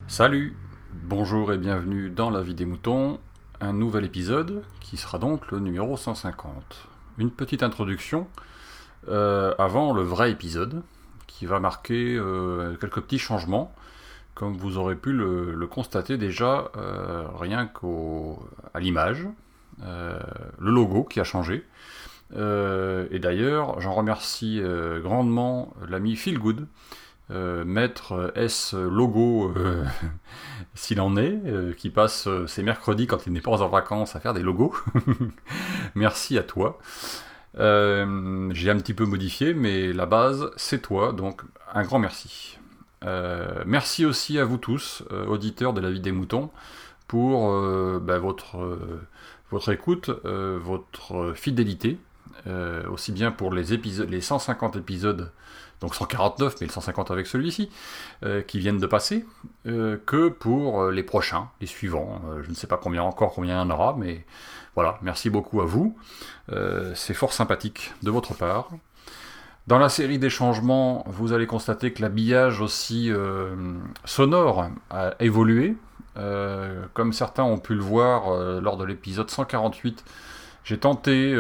Salut, bonjour et bienvenue dans La Vie des Moutons, un nouvel épisode qui sera donc le numéro 150. Une petite introduction avant le vrai épisode qui va marquer quelques petits changements, comme vous aurez pu le constater déjà rien qu'à l'image, le logo qui a changé. Et d'ailleurs, j'en remercie grandement l'ami Feelgood, maître S logo s'il en est, qui passe ses mercredis quand il n'est pas en vacances à faire des logos. Merci à toi. J'ai un petit peu modifié, mais la base c'est toi, donc un grand merci. Merci aussi à vous tous, auditeurs de La Vie des Moutons, pour votre écoute, votre fidélité, aussi bien pour les 150 épisodes, donc 149, mais le 150 avec celui-ci, qui viennent de passer, que pour les prochains, les suivants. Je ne sais pas combien il y en aura, mais voilà, merci beaucoup à vous. C'est fort sympathique de votre part. Dans la série des changements, vous allez constater que l'habillage aussi sonore a évolué. Comme certains ont pu le voir lors de l'épisode 148, j'ai tenté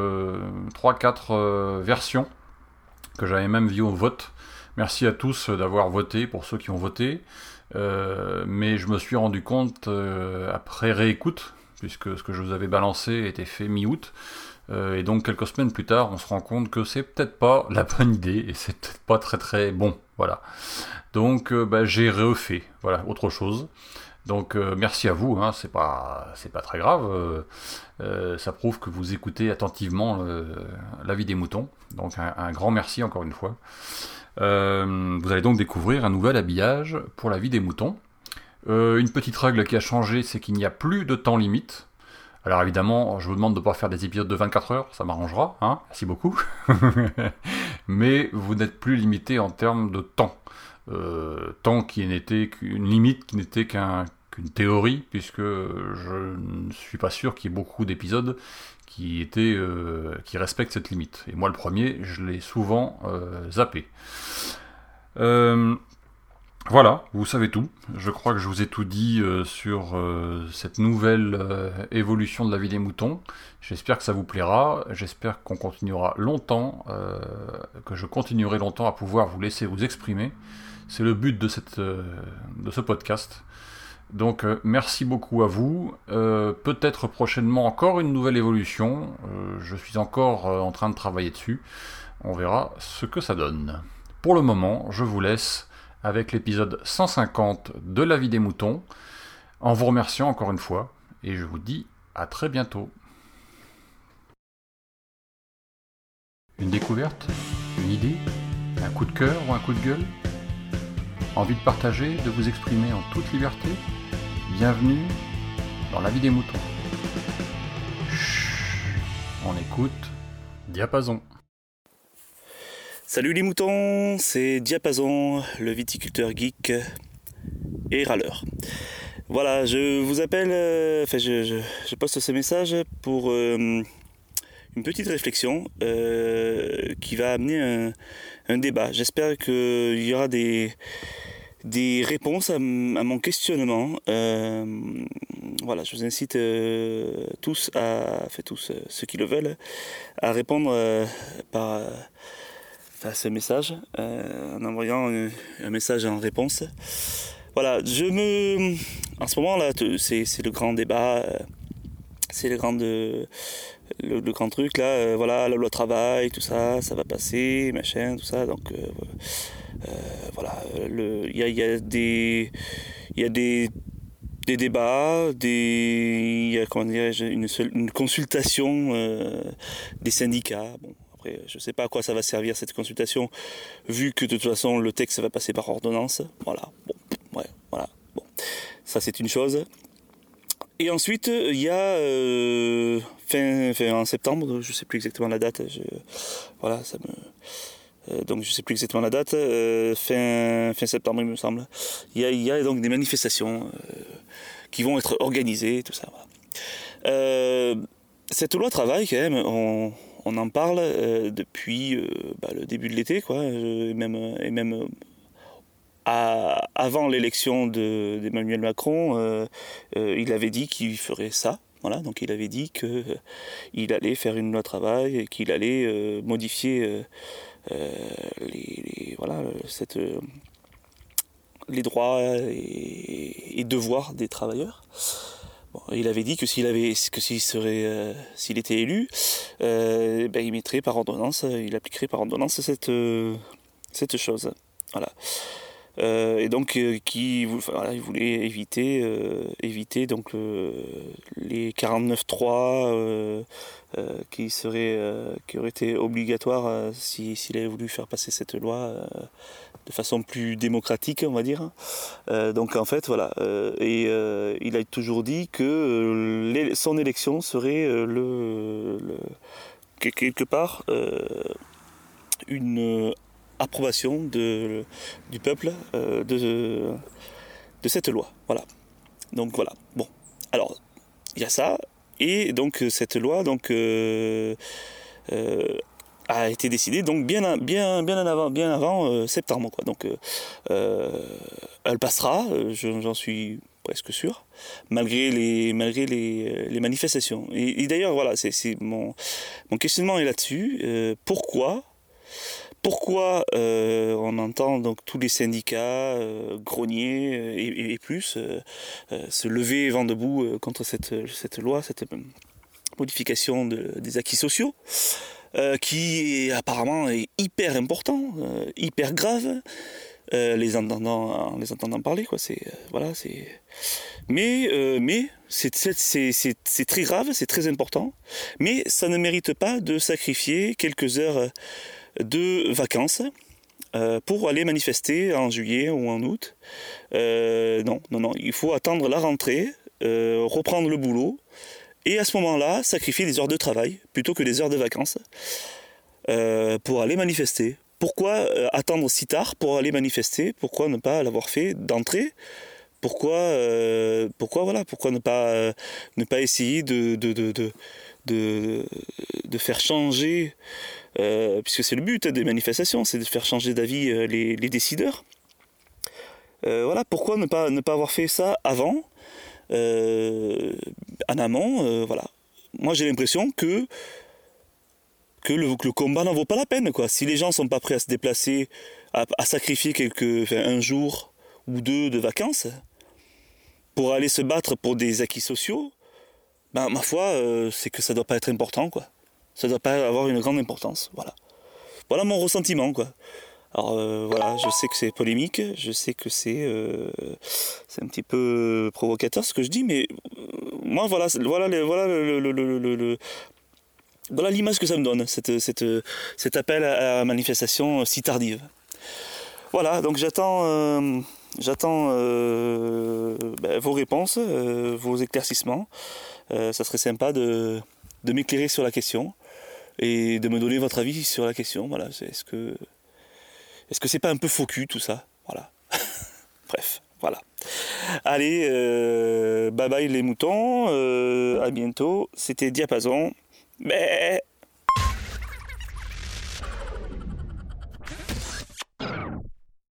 3-4 versions que j'avais même vu au vote. Merci à tous d'avoir voté, pour ceux qui ont voté. Mais je me suis rendu compte, après réécoute, puisque ce que je vous avais balancé était fait mi-août, et donc quelques semaines plus tard, on se rend compte que c'est peut-être pas la bonne idée, et c'est peut-être pas très très bon, voilà. Donc j'ai refait, voilà, autre chose. Donc merci à vous, hein, c'est pas très grave, ça prouve que vous écoutez attentivement La Vie des Moutons, donc un grand merci encore une fois. Vous allez donc découvrir un nouvel habillage pour La Vie des Moutons. Une petite règle qui a changé, c'est qu'il n'y a plus de temps limite. Alors évidemment, je vous demande de ne pas faire des épisodes de 24 heures, ça m'arrangera, hein, merci beaucoup. Mais vous n'êtes plus limité en termes de temps. Temps qui n'était qu'une limite, qui n'était qu'une théorie, puisque je ne suis pas sûr qu'il y ait beaucoup d'épisodes qui respectent cette limite. Et moi le premier, je l'ai souvent zappé. Voilà, vous savez tout. Je crois que je vous ai tout dit sur cette nouvelle évolution de La Vie des Moutons. J'espère que ça vous plaira. J'espère qu'on continuera longtemps, que je continuerai longtemps à pouvoir vous laisser vous exprimer. C'est le but de ce podcast. Donc merci beaucoup à vous. Peut-être prochainement encore une nouvelle évolution. Je suis encore en train de travailler dessus. On verra ce que ça donne. Pour le moment, je vous laisse avec l'épisode 150 de La Vie des Moutons, en vous remerciant encore une fois, et je vous dis à très bientôt. Une découverte, une idée, un coup de cœur ou un coup de gueule? Envie de partager, de vous exprimer en toute liberté? Bienvenue dans La Vie des Moutons. Chut, on écoute Diapason. Salut les moutons, c'est Diapason, le viticulteur geek et râleur. Voilà, je vous appelle, je poste ce message pour une petite réflexion qui va amener un débat. J'espère qu'il y aura des réponses à mon questionnement. Voilà, je vous incite tous, ceux qui le veulent, à répondre par ce message, en envoyant un message en réponse. Voilà, en ce moment là, c'est le grand débat, c'est le grand truc là, voilà, la loi travail, tout ça, ça va passer, machin, tout ça, donc voilà, il y a des débats, il y a, comment dirais-je, une consultation des syndicats. Bon, après, je ne sais pas à quoi ça va servir cette consultation, vu que de toute façon le texte va passer par ordonnance. Voilà. Bon, ouais, voilà. Bon, ça c'est une chose. Et ensuite, il y a en septembre, je ne sais plus exactement la date. Voilà, ça me. Donc je ne sais plus exactement la date. Fin septembre, il me semble. Il y a donc des manifestations qui vont être organisées, tout ça. Voilà. Cette loi travail, quand même, on en parle depuis le début de l'été, quoi, et même avant l'élection d'Emmanuel Macron, il avait dit qu'il ferait ça. Voilà, donc il avait dit qu'il allait faire une loi travail et qu'il allait modifier les droits et devoirs des travailleurs. Bon, il avait dit que s'il était élu, il mettrait par ordonnance, il appliquerait par ordonnance cette chose. Voilà. Et donc il voulait éviter donc les 49.3 qui auraient été obligatoires s'il avait voulu faire passer cette loi de façon plus démocratique, on va dire. Donc en fait voilà, il a toujours dit que son élection serait quelque part une approbation du peuple de cette loi. Voilà. Donc voilà. Bon. Alors, il y a ça. Et donc cette loi a été décidée donc bien avant septembre, quoi. Donc elle passera, j'en suis presque sûr, malgré les manifestations. Et d'ailleurs, voilà, c'est mon questionnement est là-dessus. Pourquoi on entend donc tous les syndicats grogner et plus se lever vent debout contre cette loi, cette modification des acquis sociaux, qui apparemment est hyper important, hyper grave, les entendant parler, quoi. Mais c'est très grave, c'est très important, mais ça ne mérite pas de sacrifier quelques heures de vacances pour aller manifester en juillet ou en août. Non, il faut attendre la rentrée, reprendre le boulot, et à ce moment-là, sacrifier des heures de travail plutôt que des heures de vacances pour aller manifester. Pourquoi attendre si tard pour aller manifester? Pourquoi ne pas l'avoir fait d'entrée? Pourquoi ne pas essayer de faire changer, puisque c'est le but des manifestations, c'est de faire changer d'avis les décideurs. Pourquoi ne pas avoir fait ça avant, en amont, voilà. Moi j'ai l'impression que le combat n'en vaut pas la peine, quoi. Si les gens sont pas prêts à se déplacer, à sacrifier un jour ou deux de vacances pour aller se battre pour des acquis sociaux, ma foi, c'est que ça doit pas être important, quoi. Ça doit pas avoir une grande importance, voilà. Voilà mon ressentiment, quoi. Alors voilà, je sais que c'est polémique, je sais que c'est un petit peu provocateur ce que je dis, mais moi voilà l'image que ça me donne, cet appel à la manifestation si tardive. Voilà, donc j'attends vos réponses, vos éclaircissements. Ça serait sympa de m'éclairer sur la question et de me donner votre avis sur la question. Voilà, est-ce que c'est pas un peu faux cul tout ça? Voilà. Bref, voilà. Allez, bye bye les moutons, à bientôt. C'était Diapason. Mais